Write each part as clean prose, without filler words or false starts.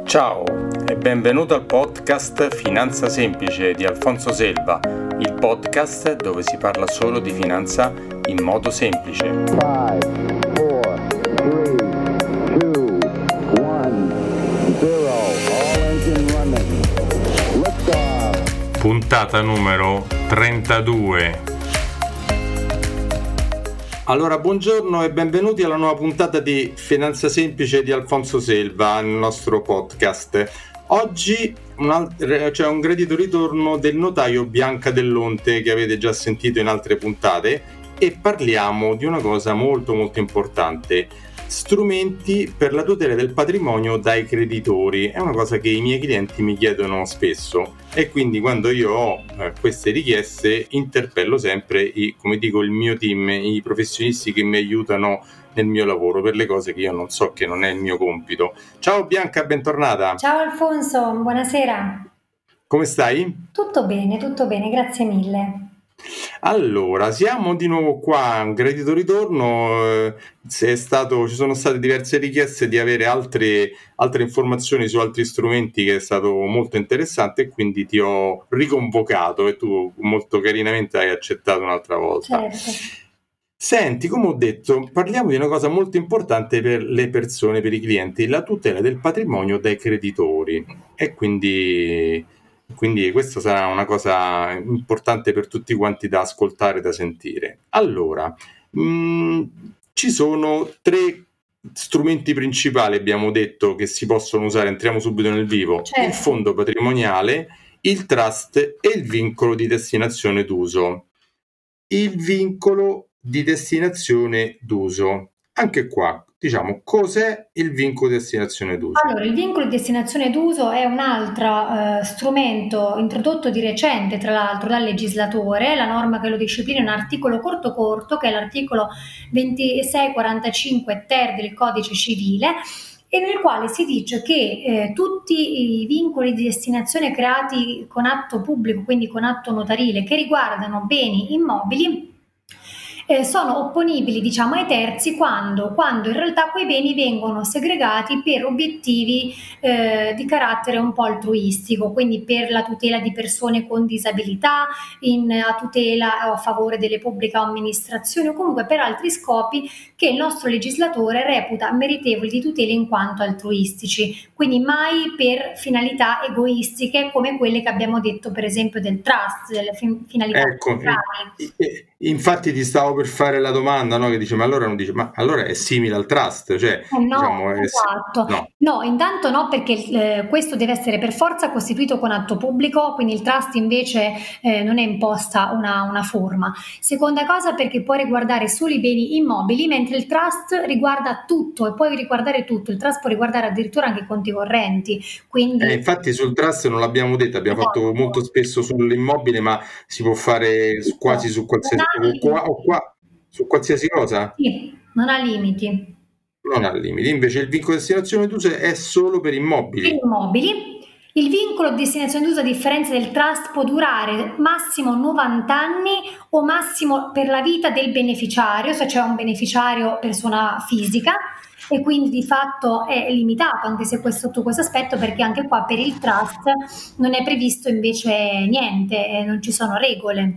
Ciao e benvenuto al podcast Finanza Semplice di Alfonso Selva, il podcast dove si parla solo di finanza in modo semplice. 5, 4, 3, 2, 1, 0, all engine running. Liftoff. Puntata numero 32. Allora, buongiorno e benvenuti alla nuova puntata di Finanza Semplice di Alfonso Selva, il nostro podcast. Oggi c'è un gradito ritorno del notaio Bianca Dell'Onte che avete già sentito in altre puntate e parliamo di una cosa molto importante: strumenti per la tutela del patrimonio dai creditori. È una cosa che i miei clienti mi chiedono spesso e quindi quando io ho queste richieste interpello sempre il mio team, i professionisti che mi aiutano nel mio lavoro per le cose che io non so, che non è il mio compito. Ciao Bianca, bentornata. Ciao Alfonso, buonasera. Come stai? Tutto bene, grazie mille. Allora, siamo di nuovo qua, un gradito ritorno. Ci sono state diverse richieste di avere altre informazioni su altri strumenti, che è stato molto interessante, e quindi ti ho riconvocato e tu molto carinamente hai accettato un'altra volta. Certo. Senti, come ho detto, parliamo di una cosa molto importante per le persone, per i clienti: la tutela del patrimonio dai creditori. E quindi questa sarà una cosa importante per tutti quanti da ascoltare, da sentire. Allora, ci sono 3 strumenti principali, abbiamo detto, che si possono usare. Entriamo subito nel vivo. Certo. Il fondo patrimoniale, il trust e il vincolo di destinazione d'uso. Il vincolo di destinazione d'uso. Anche qua, diciamo, cos'è il vincolo di destinazione d'uso? Allora, il vincolo di destinazione d'uso è un altro strumento introdotto di recente, tra l'altro, dal legislatore. La norma che lo disciplina è un articolo corto, che è l'articolo 2645 ter del Codice Civile, e nel quale si dice che tutti i vincoli di destinazione creati con atto pubblico, quindi con atto notarile, che riguardano beni immobili, sono opponibili, diciamo, ai terzi quando in realtà quei beni vengono segregati per obiettivi di carattere un po' altruistico, quindi per la tutela di persone con disabilità, a tutela o a favore delle pubbliche amministrazioni, o comunque per altri scopi che il nostro legislatore reputa meritevoli di tutela in quanto altruistici, quindi mai per finalità egoistiche come quelle che abbiamo detto, per esempio, del trust, delle finalità fiscali. Infatti ti stavo per fare la domanda, no? Che dice, ma allora è simile al trust? Cioè, No, diciamo, esatto. No, intanto no, perché questo deve essere per forza costituito con atto pubblico, quindi il trust invece non è imposta una forma. Seconda cosa, perché può riguardare solo i beni immobili, mentre il trust riguarda tutto e può riguardare tutto. Il trust può riguardare addirittura anche i conti correnti. Quindi infatti sul trust non l'abbiamo detto, abbiamo fatto molto spesso sull'immobile, ma si può fare quasi su qualsiasi su qualsiasi cosa? Sì, non ha limiti. Non ha limiti. Invece il vincolo di destinazione d'uso è solo per immobili. Il vincolo di destinazione d'uso, a differenza del trust, può durare massimo 90 anni o massimo per la vita del beneficiario, se c'è un beneficiario persona fisica, e quindi di fatto è limitato anche se sotto questo aspetto, perché anche qua per il trust non è previsto invece niente, non ci sono regole.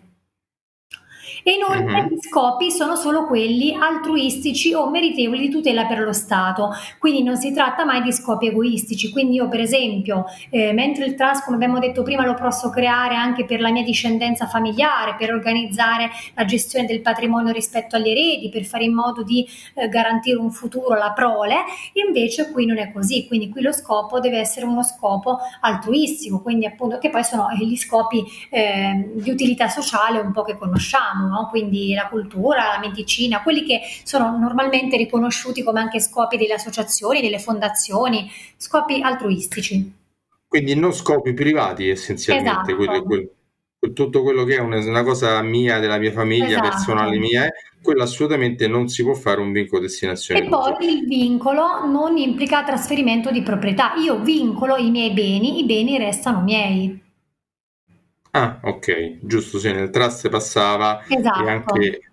E inoltre gli scopi sono solo quelli altruistici o meritevoli di tutela per lo Stato, quindi non si tratta mai di scopi egoistici. Quindi io, per esempio, mentre il trust, come abbiamo detto prima, lo posso creare anche per la mia discendenza familiare, per organizzare la gestione del patrimonio rispetto agli eredi, per fare in modo di garantire un futuro alla prole, invece qui non è così. Quindi qui lo scopo deve essere uno scopo altruistico, quindi appunto, che poi sono gli scopi di utilità sociale un po' che conosciamo, no? Quindi la cultura, la medicina, quelli che sono normalmente riconosciuti come anche scopi delle associazioni, delle fondazioni, scopi altruistici. Quindi non scopi privati essenzialmente. Esatto. Tutto quello che è una cosa mia, della mia famiglia, Esatto. personale mia, quello assolutamente non si può fare un vincolo di destinazione d'uso. Poi il vincolo non implica trasferimento di proprietà. Io vincolo i miei beni, i beni restano miei. Ah, ok, giusto, sì, nel trust passava. Esatto. E anche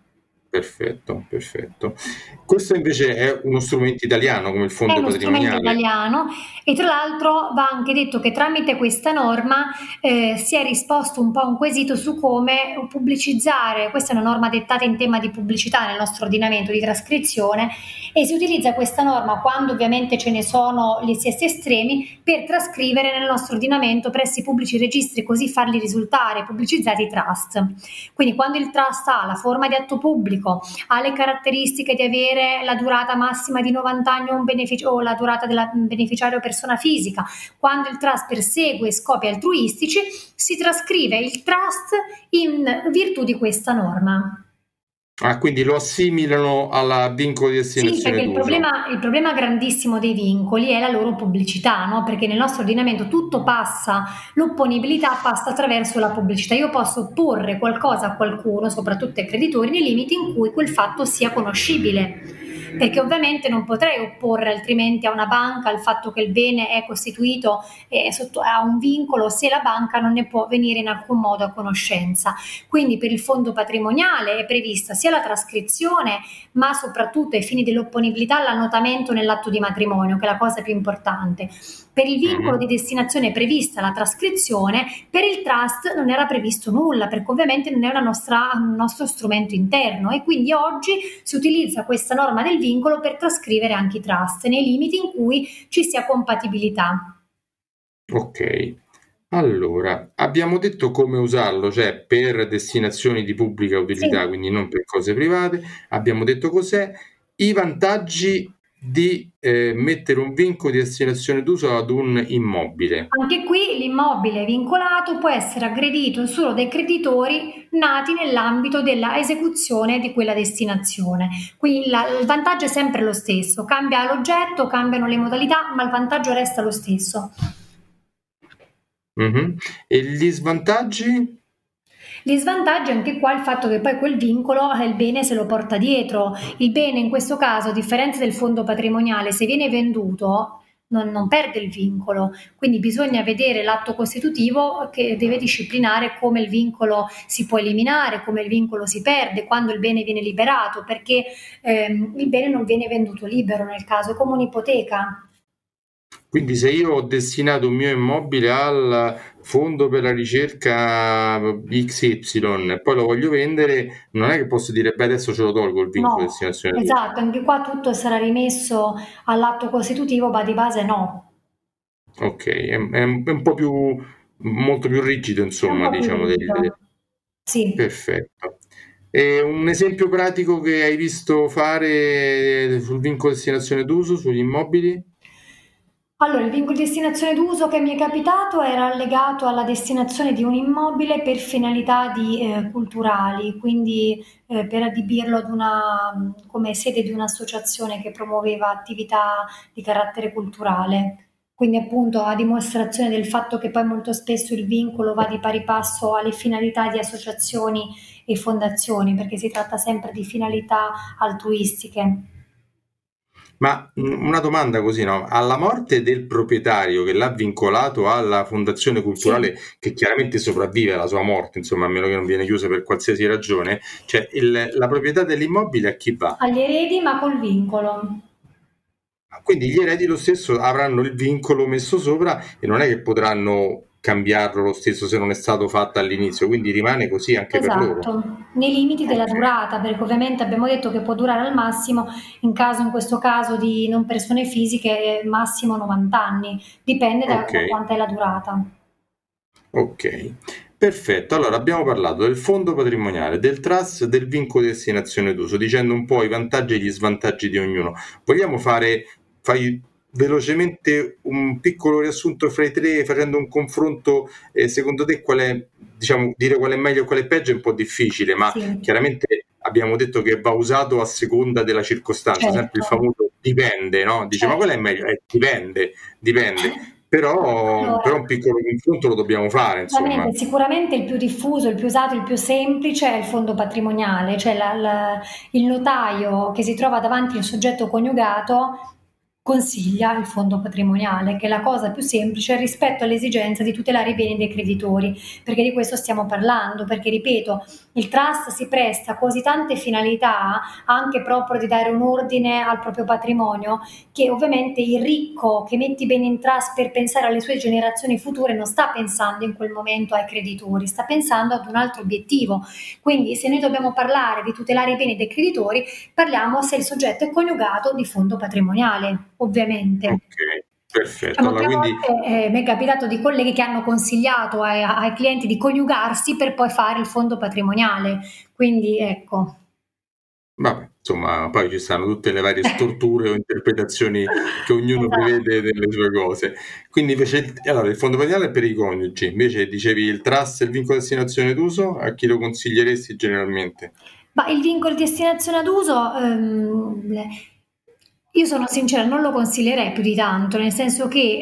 Perfetto, perfetto. Questo invece è uno strumento italiano come il È fondo uno strumento patrimoniale. italiano e tra l'altro va anche detto che tramite questa norma si è risposto un po' a un quesito su come pubblicizzare, questa è una norma dettata in tema di pubblicità nel nostro ordinamento di trascrizione e si utilizza questa norma quando ovviamente ce ne sono gli stessi estremi per trascrivere nel nostro ordinamento presso i pubblici registri così farli risultare pubblicizzati trust. Quindi quando il trust ha la forma di atto pubblico, ha le caratteristiche di avere la durata massima di 90 anni o la durata del beneficiario persona fisica, quando il trust persegue scopi altruistici, si trascrive il trust in virtù di questa norma. Ah, quindi lo assimilano alla vincolo di Sì, perché destinazione il d'uso. problema grandissimo dei vincoli è la loro pubblicità, no? Perché nel nostro ordinamento tutto passa, l'opponibilità passa attraverso la pubblicità. Io posso opporre qualcosa a qualcuno, soprattutto ai creditori, nei limiti in cui quel fatto sia conoscibile. Perché ovviamente non potrei opporre altrimenti a una banca il fatto che il bene è costituito ha un vincolo se la banca non ne può venire in alcun modo a conoscenza. Quindi per il fondo patrimoniale è prevista sia la trascrizione ma soprattutto ai fini dell'opponibilità l'annotamento nell'atto di matrimonio, che è la cosa più importante. Per il vincolo Mhm. di destinazione è prevista la trascrizione, per il trust non era previsto nulla, perché ovviamente non è un nostro strumento interno e quindi oggi si utilizza questa norma del vincolo per trascrivere anche i trust, nei limiti in cui ci sia compatibilità. Ok. Allora, abbiamo detto come usarlo, cioè per destinazioni di pubblica utilità, Sì. quindi non per cose private. Abbiamo detto cos'è, i vantaggi di mettere un vincolo di destinazione d'uso ad un immobile. Anche qui l'immobile vincolato può essere aggredito solo dai creditori nati nell'ambito della esecuzione di quella destinazione. Quindi il vantaggio è sempre lo stesso, cambia l'oggetto, cambiano le modalità, ma il vantaggio resta lo stesso. Mhm. E gli svantaggi? Gli svantaggi anche qua il fatto che poi quel vincolo il bene se lo porta dietro. Il bene in questo caso, a differenza del fondo patrimoniale, se viene venduto non perde il vincolo, quindi bisogna vedere l'atto costitutivo che deve disciplinare come il vincolo si può eliminare, come il vincolo si perde, quando il bene viene liberato, perché il bene non viene venduto libero nel caso, è come un'ipoteca. Quindi se io ho destinato un mio immobile al fondo per la ricerca XY e poi lo voglio vendere, non è che posso dire, beh, adesso ce lo tolgo il vincolo di No, destinazione d'uso. esatto, anche qua tutto sarà rimesso all'atto costitutivo, ma di base no, Ok, è un po' più, molto più rigido, è un insomma, po' più diciamo. rigido. Sì. Perfetto. E un esempio pratico che hai visto fare sul vincolo di destinazione d'uso, sugli immobili? Allora, il vincolo di destinazione d'uso che mi è capitato era legato alla destinazione di un immobile per finalità culturali, quindi per adibirlo come sede di un'associazione che promuoveva attività di carattere culturale. Quindi appunto a dimostrazione del fatto che poi molto spesso il vincolo va di pari passo alle finalità di associazioni e fondazioni, perché si tratta sempre di finalità altruistiche. Ma una domanda così, no? Alla morte del proprietario che l'ha vincolato alla fondazione Sì, culturale, che chiaramente sopravvive alla sua morte, insomma, a meno che non viene chiusa per qualsiasi ragione, cioè la proprietà dell'immobile a chi va? agli eredi ma col vincolo. Quindi gli eredi lo stesso avranno il vincolo messo sopra e non è che potranno cambiarlo lo stesso se non è stato fatto all'inizio, quindi rimane così anche per loro. Esatto, nei limiti della Ok, durata, perché ovviamente abbiamo detto che può durare al massimo, in questo caso di non persone fisiche, massimo 90 anni, dipende ok. da quanta è la durata. Ok, perfetto. Allora abbiamo parlato del fondo patrimoniale, del trust, del vincolo di destinazione d'uso, dicendo un po' i vantaggi e gli svantaggi di ognuno. Vogliamo fai velocemente un piccolo riassunto fra i tre, facendo un confronto, secondo te qual è, diciamo, dire qual è meglio e qual è peggio è un po' difficile, ma Sì, chiaramente abbiamo detto che va usato a seconda della circostanza, sempre certo, il famoso dipende, no? Dice, ma qual è certo. meglio? Dipende, dipende. Però Allora, un piccolo confronto lo dobbiamo fare, insomma. sicuramente il più diffuso, il più usato, il più semplice è il fondo patrimoniale, cioè il notaio che si trova davanti al soggetto coniugato consiglia il fondo patrimoniale, che è la cosa più semplice rispetto all'esigenza di tutelare i beni dei creditori, perché di questo stiamo parlando, perché ripeto, il trust si presta a così tante finalità, anche proprio di dare un ordine al proprio patrimonio, che ovviamente il ricco che mette i beni in trust per pensare alle sue generazioni future non sta pensando in quel momento ai creditori, sta pensando ad un altro obiettivo. Quindi se noi dobbiamo parlare di tutelare i beni dei creditori, parliamo se il soggetto è coniugato di fondo patrimoniale, ovviamente. Ok, perfetto. Diciamo che Allora, a quindi volte mi è capitato di colleghi che hanno consigliato ai clienti di coniugarsi per poi fare il fondo patrimoniale, quindi ecco. vabbè, insomma, poi ci stanno tutte le varie storture o interpretazioni che ognuno Esatto. prevede delle sue cose. Quindi invece allora, il fondo patrimoniale è per i coniugi, invece dicevi il trust e il vincolo di destinazione d'uso, a chi lo consiglieresti generalmente? Ma il vincolo di destinazione ad uso, io sono sincera, non lo consiglierei più di tanto, nel senso che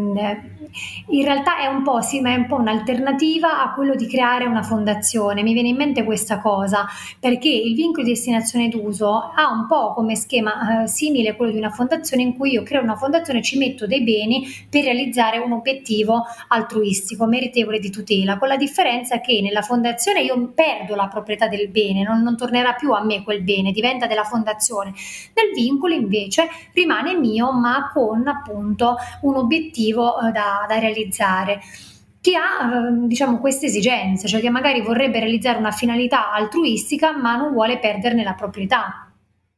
in realtà è un po', sì, ma è un po' un'alternativa a quello di creare una fondazione. Mi viene in mente questa cosa, perché il vincolo di destinazione d'uso ha un po' come schema simile a quello di una fondazione in cui io creo una fondazione e ci metto dei beni per realizzare un obiettivo altruistico, meritevole di tutela, con la differenza che nella fondazione io perdo la proprietà del bene, non tornerà più a me quel bene, diventa della fondazione. Nel vincolo invece rimane mio, ma con appunto un obiettivo da realizzare. Chi ha diciamo queste esigenze, cioè che magari vorrebbe realizzare una finalità altruistica ma non vuole perderne la proprietà.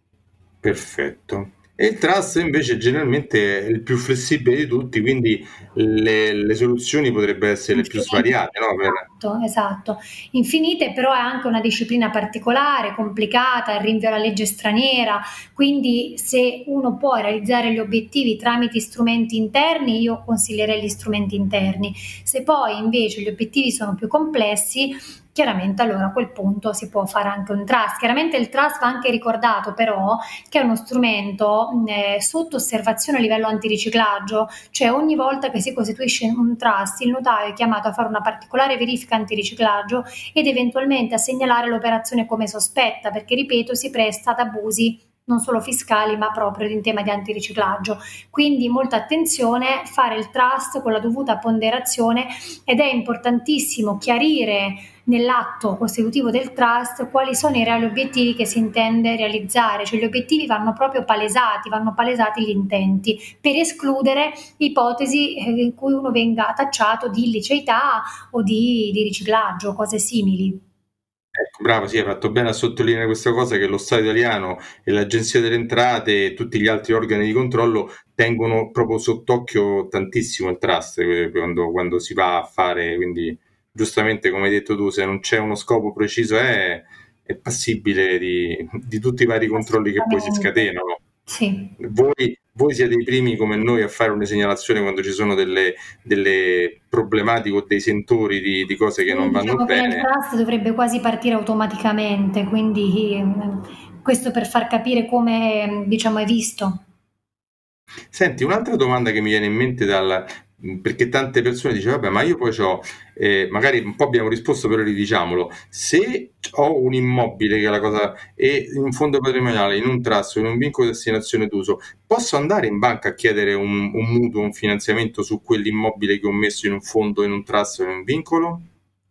Perfetto. E il trust invece generalmente è il più flessibile di tutti, quindi le soluzioni potrebbero essere le più Infinite, svariate, no? esatto, esatto. Infinite, però è anche una disciplina particolare, complicata, il rinvio alla legge straniera, quindi se uno può realizzare gli obiettivi tramite strumenti interni, io consiglierei gli strumenti interni. Se poi invece gli obiettivi sono più complessi, chiaramente allora a quel punto si può fare anche un trust. Chiaramente il trust va anche ricordato però che è uno strumento sotto osservazione a livello antiriciclaggio, cioè ogni volta che si costituisce un trust il notaio è chiamato a fare una particolare verifica antiriciclaggio ed eventualmente a segnalare l'operazione come sospetta, perché ripeto si presta ad abusi non solo fiscali ma proprio in tema di antiriciclaggio. Quindi molta attenzione, fare il trust con la dovuta ponderazione, ed è importantissimo chiarire nell'atto costitutivo del trust quali sono i reali obiettivi che si intende realizzare, cioè gli obiettivi vanno proprio palesati, vanno palesati gli intenti per escludere ipotesi in cui uno venga tacciato di illiceità o di riciclaggio, cose simili. Ecco, bravo, sì, hai fatto bene a sottolineare questa cosa che lo Stato italiano e l'Agenzia delle Entrate e tutti gli altri organi di controllo tengono proprio sott'occhio tantissimo il trust quando si va a fare, quindi giustamente come hai detto tu, se non c'è uno scopo preciso è passibile di tutti i vari controlli che poi si Assolutamente. scatenano. Sì. Voi siete i primi come noi a fare una segnalazione quando ci sono delle problematiche o dei sentori di cose che Sì, non vanno diciamo che nel bene. trust dovrebbe quasi partire automaticamente, quindi questo per far capire come diciamo è visto. Senti, un'altra domanda che mi viene in mente perché tante persone dicono, vabbè, ma io poi ho, magari un po' abbiamo risposto, però ridiciamolo, se ho un immobile che è la cosa, e in un fondo patrimoniale, in un trust, in un vincolo di destinazione d'uso, posso andare in banca a chiedere un mutuo, un finanziamento su quell'immobile che ho messo in un fondo, in un trust o in un vincolo?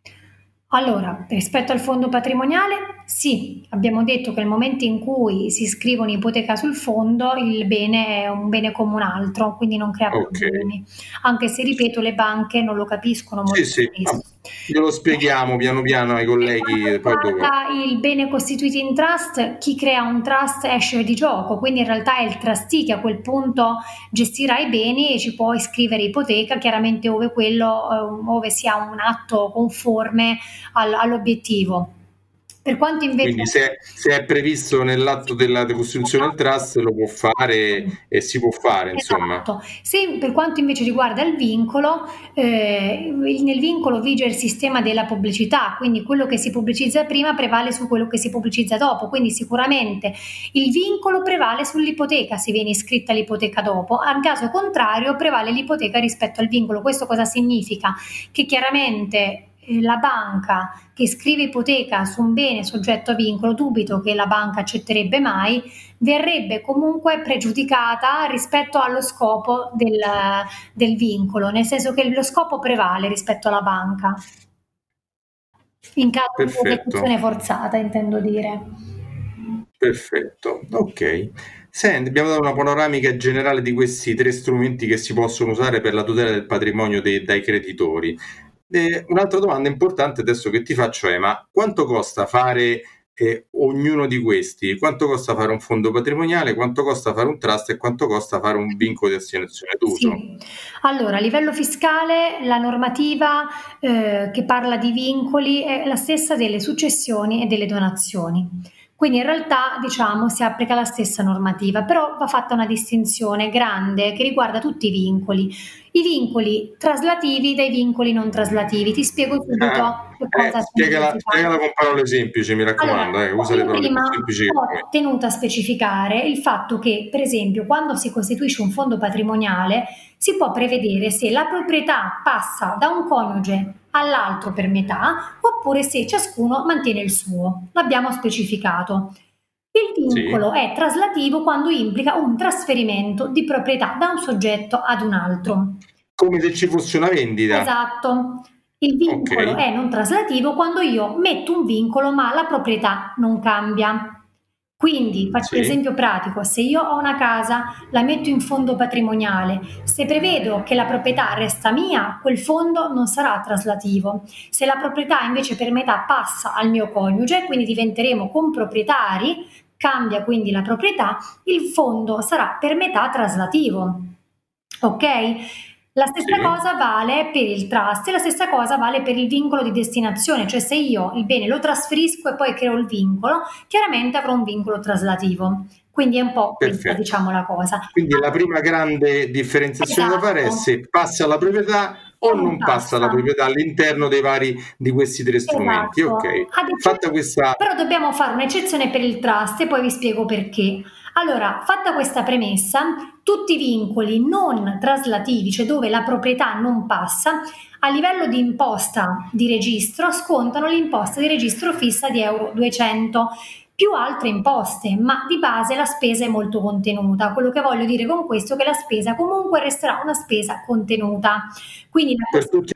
Allora, rispetto al fondo patrimoniale, sì, abbiamo detto che nel momento in cui si scrive un'ipoteca sul fondo, il bene è un bene come un altro, quindi non crea Ok. problemi, anche se, ripeto, le banche non lo capiscono Sì, molto sì, spesso. glielo spieghiamo piano piano ai Per colleghi, quanto poi dopo. riguarda il bene costituito in trust, chi crea un trust esce di gioco, quindi in realtà è il trustee che a quel punto gestirà i beni e ci può iscrivere ipoteca, chiaramente ove sia un atto conforme all'obiettivo. Per quanto invece Quindi se è previsto nell'atto della costituzione del trust lo può fare e si può fare, insomma. esatto. Se per quanto invece riguarda il vincolo, nel vincolo vige il sistema della pubblicità, quindi quello che si pubblicizza prima prevale su quello che si pubblicizza dopo, quindi sicuramente il vincolo prevale sull'ipoteca se viene iscritta l'ipoteca dopo, al caso contrario prevale l'ipoteca rispetto al vincolo. Questo cosa significa? Che chiaramente la banca che scrive ipoteca su un bene soggetto a vincolo, dubito che la banca accetterebbe mai, verrebbe comunque pregiudicata rispetto allo scopo del vincolo, nel senso che lo scopo prevale rispetto alla banca, in caso di Perfetto. esecuzione forzata, intendo dire. Perfetto, ok. Senti, abbiamo dato una panoramica generale di questi tre strumenti che si possono usare per la tutela del patrimonio dai creditori. Un'altra domanda importante adesso che ti faccio è: ma quanto costa fare ognuno di questi? Quanto costa fare un fondo patrimoniale? Quanto costa fare un trust? E quanto costa fare un vincolo di assegnazione d'uso? Sì, allora a livello fiscale la normativa che parla di vincoli è la stessa delle successioni e delle donazioni. Quindi in realtà diciamo si applica la stessa normativa, però va fatta una distinzione grande che riguarda tutti i vincoli. I vincoli traslativi dai vincoli non traslativi. Ti spiego Ah, subito che cosa significa. spiegala con parole semplici, mi Allora, raccomando, usa le io parole prima più semplici che puoi. ho tenuto a specificare il fatto che, per esempio, quando si costituisce un fondo patrimoniale, si può prevedere se la proprietà passa da un coniuge all'altro per metà, oppure se ciascuno mantiene il suo. L'abbiamo specificato. Il Sì? vincolo è traslativo quando implica un trasferimento di proprietà da un soggetto ad un altro. Come se ci fosse una vendita. Esatto. Il Ok, vincolo è non traslativo quando io metto un vincolo ma la proprietà non cambia. Quindi, faccio sì, l'esempio pratico, se io ho una casa, la metto in fondo patrimoniale, se prevedo che la proprietà resta mia, quel fondo non sarà traslativo. Se la proprietà invece per metà passa al mio coniuge, quindi diventeremo comproprietari, cambia quindi la proprietà, il fondo sarà per metà traslativo. Ok? La stessa sì, cosa vale per il trust e la stessa cosa vale per il vincolo di destinazione, cioè se io il bene lo trasferisco e poi creo il vincolo, chiaramente avrò un vincolo traslativo. Quindi è un po' questa, perfetto. diciamo, la cosa. Quindi la prima grande differenziazione da fare è Esatto. se passa la proprietà o O non non passa la passa. proprietà all'interno di questi tre strumenti. Esatto. Ok, Ad fatta ecce questa. Però dobbiamo fare un'eccezione per il trust e poi vi spiego perché. Allora, fatta questa premessa, tutti i vincoli non traslativi, cioè dove la proprietà non passa, a livello di imposta di registro scontano l'imposta di registro fissa di euro 200 più altre imposte, ma di base la spesa è molto contenuta. Quello che voglio dire con questo è che la spesa comunque resterà una spesa contenuta. Quindi la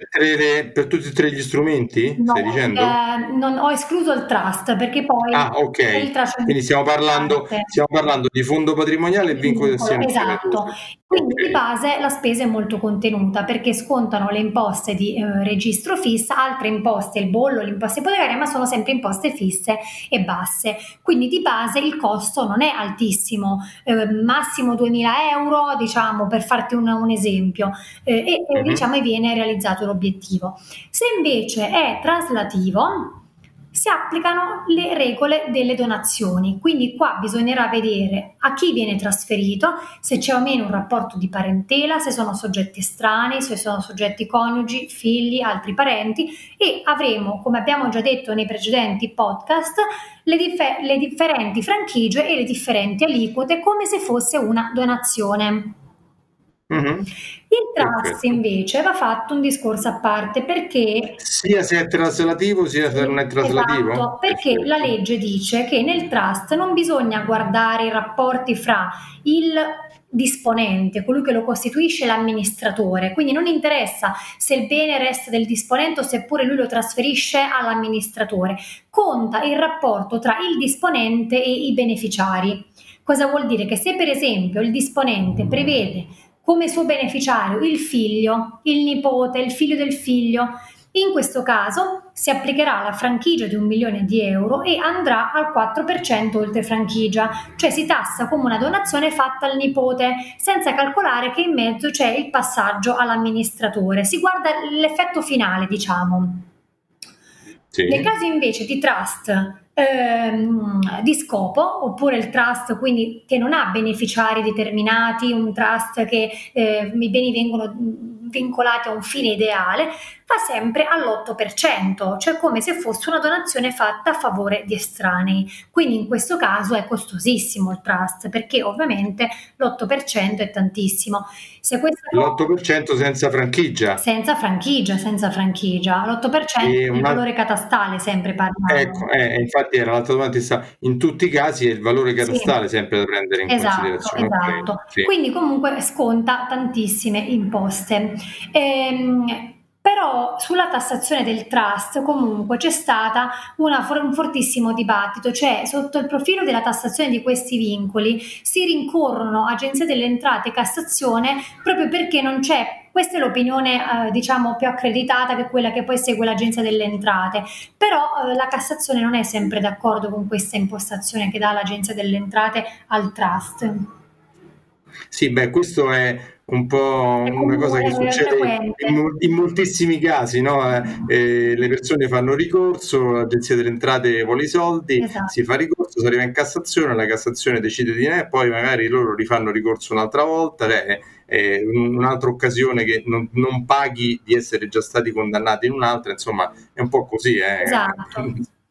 Per tutti e tre gli strumenti, No, stai dicendo? non ho escluso il trust perché poi Ah, per il ok. trust c'è un Quindi discorso a parte. stiamo parlando di fondo patrimoniale e Il vincolo di vincolo, assegnazione esatto. d'uso. Quindi di Ok, base la spesa è molto contenuta perché scontano le imposte di registro fissa, altre imposte, il bollo, l'imposta ipotecaria, ma sono sempre imposte fisse e basse. Quindi di base il costo non è altissimo, massimo 2000 euro, diciamo, per farti un esempio, mhm, diciamo, e viene realizzato l'obiettivo. Se invece è traslativo, si applicano le regole delle donazioni, quindi qua bisognerà vedere a chi viene trasferito, se c'è o meno un rapporto di parentela, se sono soggetti estranei, se sono soggetti coniugi, figli, altri parenti e avremo, come abbiamo già detto nei precedenti podcast, le differenti franchigie e le differenti aliquote come se fosse una donazione. mhm. Il trust Perfetto. invece va fatto un discorso a parte perché Sia se è traslativo, sia se non sì, è traslativo? esatto, perché la Perfetto. legge dice che nel trust non bisogna guardare i rapporti fra il disponente, colui che lo costituisce, e l'amministratore, quindi non interessa se il bene resta del disponente o seppure lui lo trasferisce all'amministratore, conta il rapporto tra il disponente e i beneficiari. Cosa vuol dire? Che se per esempio il disponente prevede come suo beneficiario il figlio, il nipote, il figlio del figlio, in questo caso si applicherà la franchigia di 1 milione di euro e andrà al 4% oltre franchigia, cioè si tassa come una donazione fatta al nipote, senza calcolare che in mezzo c'è il passaggio all'amministratore. Si guarda l'effetto finale, diciamo. Nel Sì. caso invece di trust di scopo, oppure il trust quindi che non ha beneficiari determinati, un trust che i beni vincolati a un fine ideale, va sempre all'8%, cioè come se fosse una donazione fatta a favore di estranei. Quindi in questo caso è costosissimo il trust, perché ovviamente l'8% è tantissimo. Se L'8% senza franchigia. Senza franchigia, l'8% è il valore catastale, sempre parlando. Ecco, infatti era l'altra domanda, in tutti i casi è il valore catastale sempre da prendere in considerazione. Esatto. Sì. Quindi comunque sconta tantissime imposte. Però sulla tassazione del trust comunque c'è stata un fortissimo dibattito, cioè sotto il profilo della tassazione di questi vincoli si rincorrono Agenzia delle Entrate e Cassazione proprio perché non c'è, questa è l'opinione diciamo più accreditata, che è quella che poi segue l'Agenzia delle Entrate, però la Cassazione non è sempre d'accordo con questa impostazione che dà l'Agenzia delle Entrate al trust. Sì, questo è un po' una cosa che succede in moltissimi casi, no? Le persone fanno ricorso, l'Agenzia delle Entrate vuole i soldi, si fa ricorso, si arriva in Cassazione, la Cassazione decide di no, poi magari loro rifanno ricorso un'altra volta, un'altra occasione che non paghi di essere già stati condannati in un'altra, insomma è un po' così. Esatto.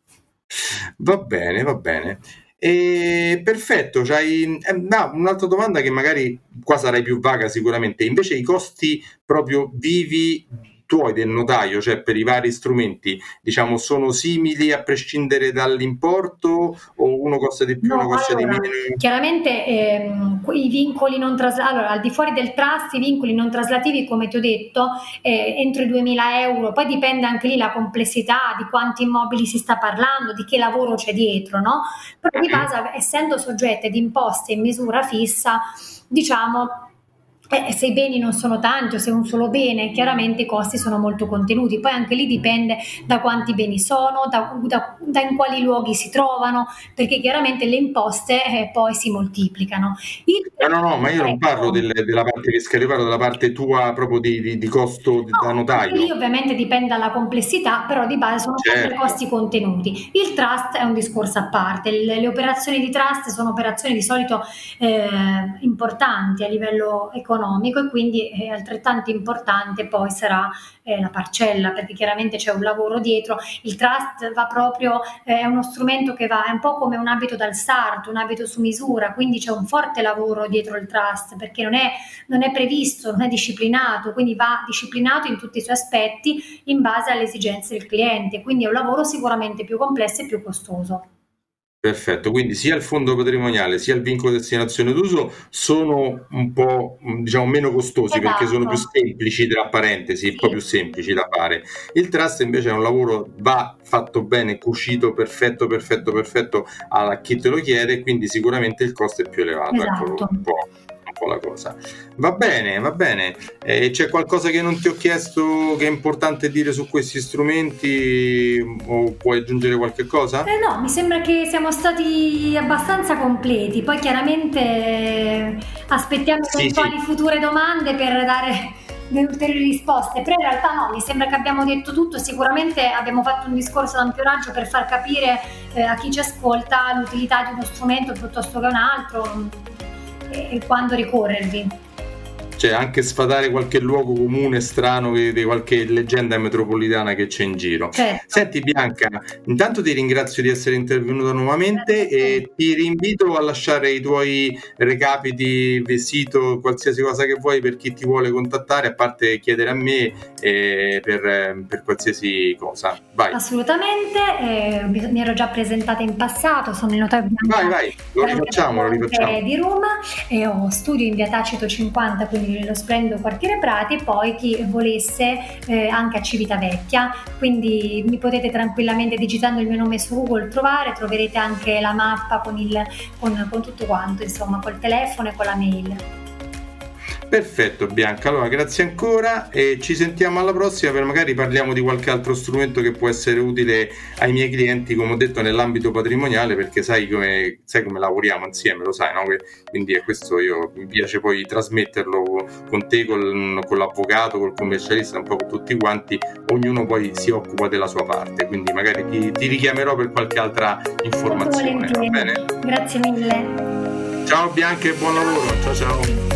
Va bene. Perfetto, c'hai un'altra domanda che magari qua sarai più vaga sicuramente, invece i costi proprio vivi tuoi del notaio, cioè per i vari strumenti, diciamo, sono simili a prescindere dall'importo o uno costa di più, uno costa di meno? Chiaramente i vincoli non traslativi, allora al di fuori del trust i vincoli non traslativi, come ti ho detto, entro i 2.000 euro, poi dipende anche lì la complessità di quanti immobili si sta parlando, di che lavoro c'è dietro, no? Però di base, essendo soggette ad imposte in misura fissa, diciamo, se i beni non sono tanti o se è un solo bene, chiaramente i costi sono molto contenuti, poi anche lì dipende da quanti beni sono, da in quali luoghi si trovano, perché chiaramente le imposte poi si moltiplicano. No, ma io non parlo della parte fiscale, io parlo della parte tua proprio di costo da notaio. Lì ovviamente dipende dalla complessità, però di base sono sempre costi contenuti. Il trust è un discorso a parte, le operazioni di trust sono operazioni di solito importanti a livello economico, e quindi è altrettanto importante poi sarà la parcella, perché chiaramente c'è un lavoro dietro. Il trust va proprio, è uno strumento che va, è un po' come un abito dal sarto, un abito su misura, quindi c'è un forte lavoro dietro il trust, perché non è previsto, non è disciplinato, quindi va disciplinato in tutti i suoi aspetti in base alle esigenze del cliente, quindi è un lavoro sicuramente più complesso e più costoso. Perfetto, quindi sia il fondo patrimoniale sia il vincolo di destinazione d'uso sono un po', diciamo, meno costosi, perché sono più semplici, tra parentesi, un po' più semplici da fare. Il trust invece è un lavoro, va fatto bene, cucito, perfetto a chi te lo chiede, quindi sicuramente il costo è più elevato. Ecco un po' la cosa. Va bene. C'è qualcosa che non ti ho chiesto che è importante dire su questi strumenti, o puoi aggiungere qualche cosa? No, mi sembra che siamo stati abbastanza completi, poi chiaramente aspettiamo eventuali future domande per dare delle ulteriori risposte, però in realtà no, mi sembra che abbiamo detto tutto. Sicuramente abbiamo fatto un discorso ad ampio raggio per far capire a chi ci ascolta l'utilità di uno strumento piuttosto che un altro e quando ricorrervi. Cioè anche sfatare qualche luogo comune strano di qualche leggenda metropolitana che c'è in giro. Senti Bianca, intanto ti ringrazio di essere intervenuta nuovamente e ti rinvito a lasciare i tuoi recapiti, sito, qualsiasi cosa che vuoi per chi ti vuole contattare, a parte chiedere a me per qualsiasi cosa. Vai. Assolutamente, mi ero già presentata in passato, sono il notaio Bianca. Vai, lo rifacciamo. Di Roma, e ho studio in via Tacito 50, quindi nello splendido quartiere Prati, e poi chi volesse anche a Civitavecchia, quindi mi potete tranquillamente, digitando il mio nome su Google, troverete anche la mappa con tutto quanto, insomma, col telefono e con la mail. Perfetto Bianca, allora grazie ancora e ci sentiamo alla prossima, per magari parliamo di qualche altro strumento che può essere utile ai miei clienti, come ho detto, nell'ambito patrimoniale, perché sai come lavoriamo insieme, lo sai, no? Quindi è questo, mi piace poi trasmetterlo con te, con l'avvocato, col commercialista, un po' con tutti quanti, ognuno poi si occupa della sua parte, quindi magari ti richiamerò per qualche altra informazione, va bene? Grazie mille. Ciao Bianca e buon lavoro, ciao.